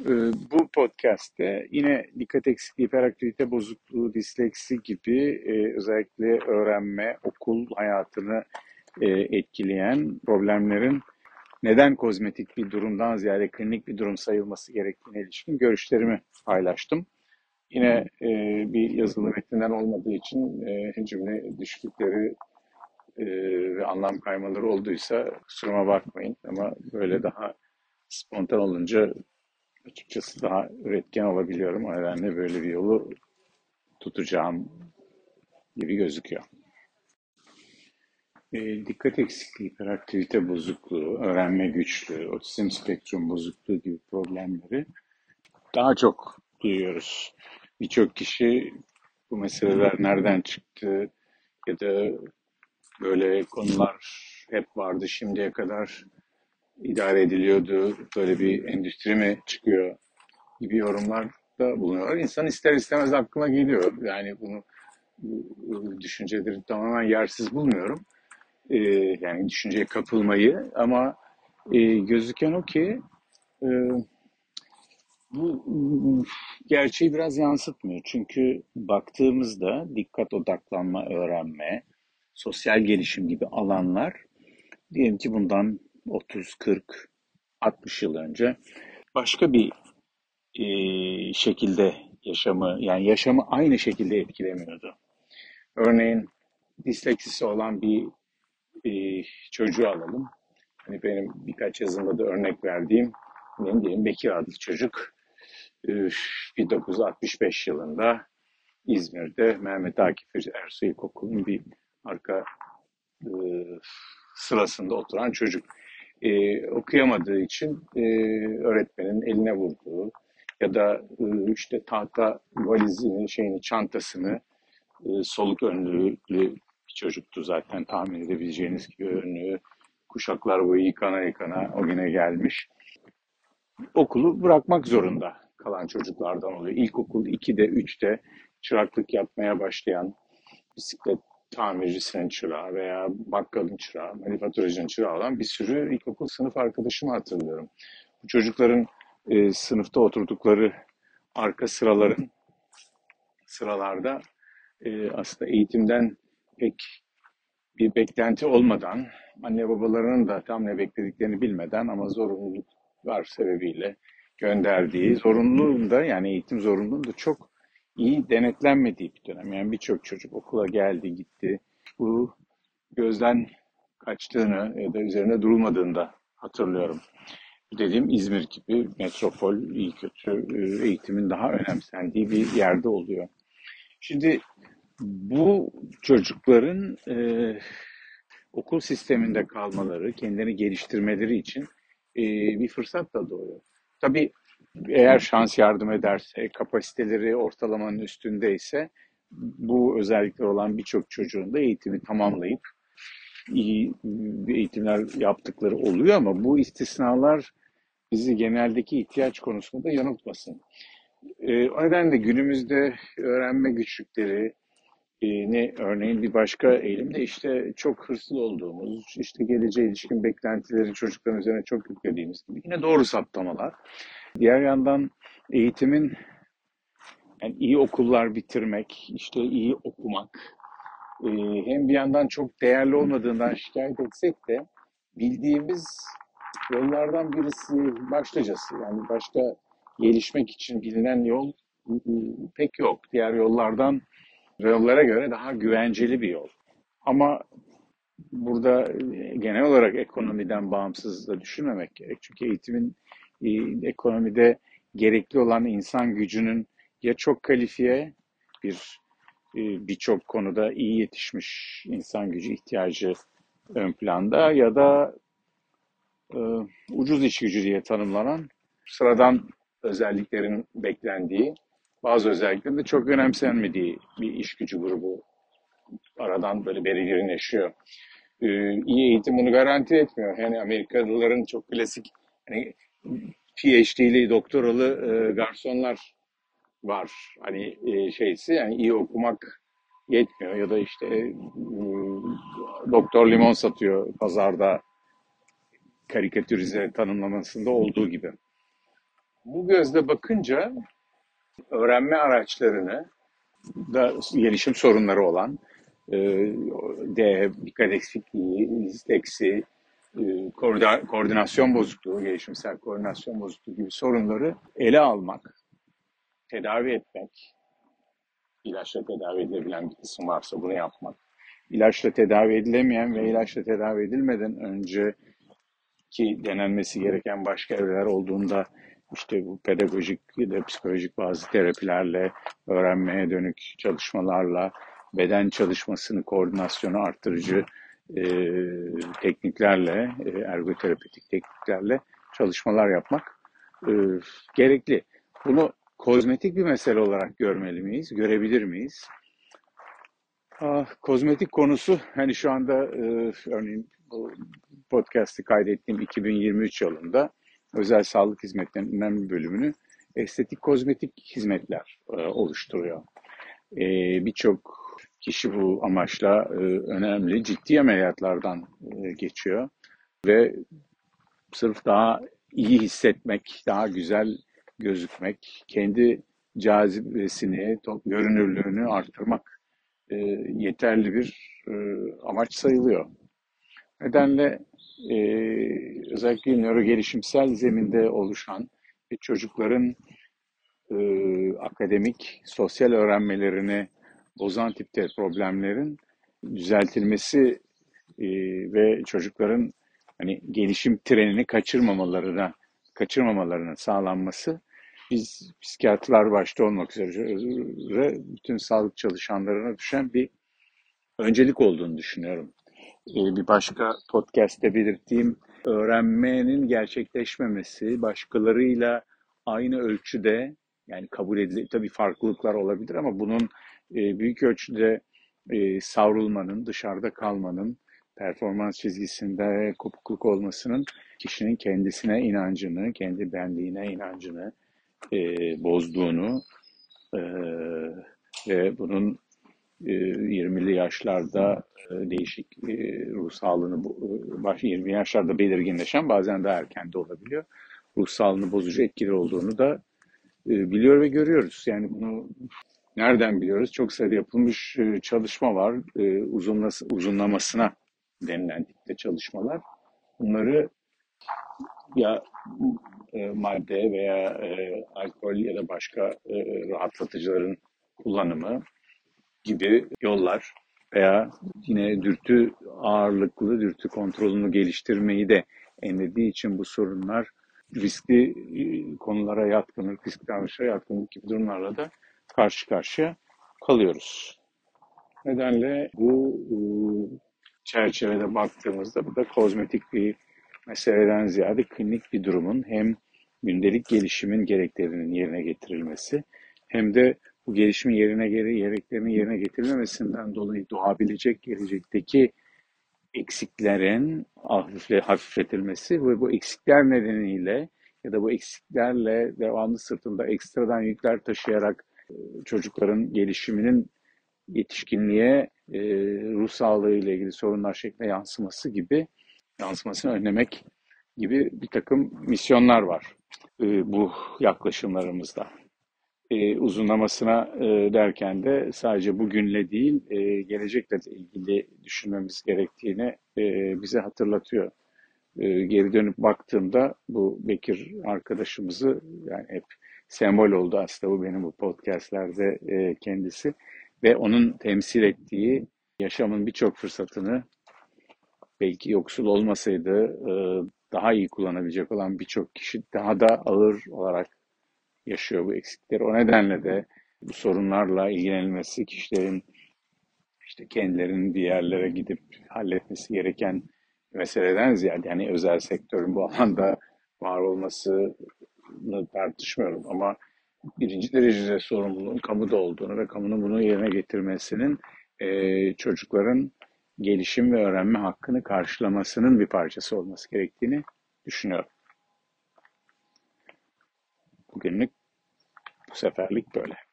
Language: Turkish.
Bu podcast'te yine dikkat eksikliği, hiperaktivite bozukluğu, disleksi gibi özellikle öğrenme, okul hayatını etkileyen problemlerin neden kozmetik bir durumdan ziyade klinik bir durum sayılması gerektiğine ilişkin görüşlerimi paylaştım. Yine bir yazılı metinden olmadığı için cümle düşüklükleri ve anlam kaymaları olduysa kusuruma bakmayın. Ama böyle daha spontan olunca açıkçası daha üretken olabiliyorum. O nedenle böyle bir yolu tutacağım gibi gözüküyor. Dikkat eksikliği, hiperaktivite bozukluğu, öğrenme güçlüğü, otizm spektrum bozukluğu gibi problemleri daha çok duyuyoruz. Birçok kişi bu meseleler nereden çıktı ya da böyle konular hep vardı şimdiye kadar idare ediliyordu, böyle bir endüstri mi çıkıyor gibi yorumlarda bulunuyorlar. İnsan ister istemez aklına geliyor. Yani bu düşünceleri tamamen yersiz bulmuyorum. Yani düşünceye kapılmayı ama gözüken o ki e, bu gerçeği biraz yansıtmıyor. Çünkü baktığımızda dikkat odaklanma, öğrenme, sosyal gelişim gibi alanlar diyelim ki bundan 30, 40, 60 yıl önce başka bir şekilde yaşamı aynı şekilde etkilemiyordu. Örneğin disleksisi olan bir çocuğu alalım. Hani benim birkaç yazımda da örnek verdiğim ne diyeyim Bekir adlı çocuk 1965 yılında İzmir'de Mehmet Akif Ersoy İlkokulu'nun bir arka e, sırasında oturan çocuk. Okuyamadığı için öğretmenin eline vurduğu ya da işte tahta valizini, çantasını soluk önlüğlü bir çocuktu zaten tahmin edebileceğiniz gibi önlüğü kuşaklar boyu yıkana yıkana o güne gelmiş. Okulu bırakmak zorunda kalan çocuklardan oluyor. İlkokul 2'de 3'te çıraklık yapmaya başlayan bisiklet tamircisinin çırağı veya bakkalın çırağı, manifaturacının çırağı olan bir sürü ilkokul sınıf arkadaşımı hatırlıyorum. Bu çocukların sınıfta oturdukları arka sıralarda aslında eğitimden pek bir beklenti olmadan, anne babalarının da tam ne beklediklerini bilmeden ama zorunluluklar sebebiyle gönderdiği, zorunluluğun da yani eğitim zorunluluğun da çok iyi denetlenmediği bir dönem. Yani birçok çocuk okula geldi, gitti. Bu gözden kaçtığını ya da üzerine durulmadığını da hatırlıyorum. Dediğim İzmir gibi metropol, iyi kötü eğitimin daha önemsendiği bir yerde oluyor. Şimdi bu çocukların okul sisteminde kalmaları, kendilerini geliştirmeleri için bir fırsat da doğuyor. Tabii eğer şans yardım ederse, kapasiteleri ortalamanın üstündeyse bu özellikler olan birçok çocuğun da eğitimi tamamlayıp iyi eğitimler yaptıkları oluyor ama bu istisnalar bizi geneldeki ihtiyaç konusunda yanıltmasın. O nedenle günümüzde öğrenme güçlükleri, ne örneğin bir başka eğilimde işte çok hırslı olduğumuz, işte geleceğe ilişkin beklentileri çocukların üzerine çok yüklediğimiz gibi yine doğru saptamalar. Diğer yandan eğitimin yani iyi okullar bitirmek, işte iyi okumak, e, hem bir yandan çok değerli olmadığından şikayet etsek de bildiğimiz yollardan birisi başlıcası. Yani başka gelişmek için bilinen yol pek yok. Diğer yollara göre daha güvenceli bir yol. Ama burada genel olarak ekonomiden bağımsız da düşünmemek gerek. Çünkü eğitimin ekonomide gerekli olan insan gücünün ya çok kalifiye birçok konuda iyi yetişmiş insan gücü ihtiyacı ön planda ya da e, ucuz iş gücü diye tanımlanan sıradan özelliklerin beklendiği bazı özelliklerin de çok önemsenmediği bir iş gücü grubu aradan böyle belirginleşiyor. İyi eğitim bunu garanti etmiyor. Yani Amerikalıların çok klasik hani PhD'li, doktoralı garsonlar var. Hani yani iyi okumak yetmiyor ya da işte doktor limon satıyor pazarda karikatürize tanımlamasında olduğu gibi. Bu gözle bakınca öğrenme araçlarını da gelişim sorunları olan e, dikkat eksikliği, disleksi, koordinasyon bozukluğu, gelişimsel koordinasyon bozukluğu gibi sorunları ele almak, tedavi etmek, ilaçla tedavi edilebilen bir kısım varsa bunu yapmak, ilaçla tedavi edilemeyen ve ilaçla tedavi edilmeden önce ki denenmesi gereken başka evreler olduğunda işte bu pedagojik ya da psikolojik bazı terapilerle, öğrenmeye dönük çalışmalarla, beden çalışmasını, koordinasyonu arttırıcı e, tekniklerle, ergoterapetik tekniklerle çalışmalar yapmak e, gerekli. Bunu kozmetik bir mesele olarak görmeli miyiz, görebilir miyiz? Kozmetik konusu hani şu anda örneğin bu podcast'i kaydettiğim 2023 yılında özel sağlık hizmetlerinin önemli bir bölümünü estetik kozmetik hizmetler oluşturuyor. Birçok kişi bu amaçla önemli ciddi ameliyatlardan geçiyor ve sırf daha iyi hissetmek, daha güzel gözükmek, kendi cazibesini, görünürlüğünü arttırmak e, yeterli bir amaç sayılıyor. Nedenle e, özellikle nöro gelişimsel zeminde oluşan ve çocukların akademik, sosyal öğrenmelerini bozan tipte problemlerin düzeltilmesi e, ve çocukların hani gelişim trenini kaçırmamalarının sağlanması biz psikiyatrlar başta olmak üzere bütün sağlık çalışanlarına düşen bir öncelik olduğunu düşünüyorum. Bir başka podcast'te belirttiğim öğrenmenin gerçekleşmemesi başkalarıyla aynı ölçüde yani kabul edilir. Tabii farklılıklar olabilir ama bunun büyük ölçüde savrulmanın, dışarıda kalmanın, performans çizgisinde kopukluk olmasının kişinin kendisine inancını, kendi benliğine inancını bozduğunu e, ve bunun 20'li yaşlarda değişik ruh sağlığını 20 yaşlarda belirginleşen bazen daha erken de olabiliyor. Ruh sağlığını bozucu etkileri olduğunu da biliyor ve görüyoruz. Yani bunu nereden biliyoruz? Çok sayıda yapılmış çalışma var. Uzunlamasına denilen tipte çalışmalar. Bunları ya madde veya alkol ya da başka rahatlatıcıların kullanımı gibi yollar veya yine dürtü ağırlıklı dürtü kontrolünü geliştirmeyi de enlediği için bu sorunlar riskli konulara yatkınlık, riskli davranışlara yatkınlık gibi durumlarla da karşı karşıya kalıyoruz. Nedenle bu çerçevede baktığımızda bu da kozmetik bir meseleden ziyade klinik bir durumun hem gündelik gelişimin gereklerinin yerine getirilmesi hem de bu gelişimin gereklerinin yerine getirilmemesinden dolayı doğabilecek gelecekteki eksiklerin hafifletilmesi ve bu eksikler nedeniyle ya da bu eksiklerle devamlı sırtında ekstradan yükler taşıyarak çocukların gelişiminin yetişkinliğe ruh sağlığı ile ilgili sorunlar şeklinde yansımasını önlemek gibi bir takım misyonlar var bu yaklaşımlarımızda. Uzunlamasına derken de sadece bugünle değil, gelecekle ilgili düşünmemiz gerektiğini bize hatırlatıyor. Geri dönüp baktığımda bu Bekir arkadaşımızı yani hep sembol oldu aslında bu benim bu podcastlerde kendisi ve onun temsil ettiği yaşamın birçok fırsatını belki yoksul olmasaydı daha iyi kullanabilecek olan birçok kişi daha da ağır olarak yaşıyor bu eksikleri. O nedenle de bu sorunlarla ilgilenilmesi kişilerin işte kendilerinin bir yerlere gidip halletmesi gereken meseleden ziyade yani özel sektörün bu alanda var olmasını tartışmıyorum ama birinci derecede sorumluluğun kamuda olduğunu ve kamunun bunu yerine getirmesinin çocukların gelişim ve öğrenme hakkını karşılamasının bir parçası olması gerektiğini düşünüyorum. Bugünlük bu seferlik böyle.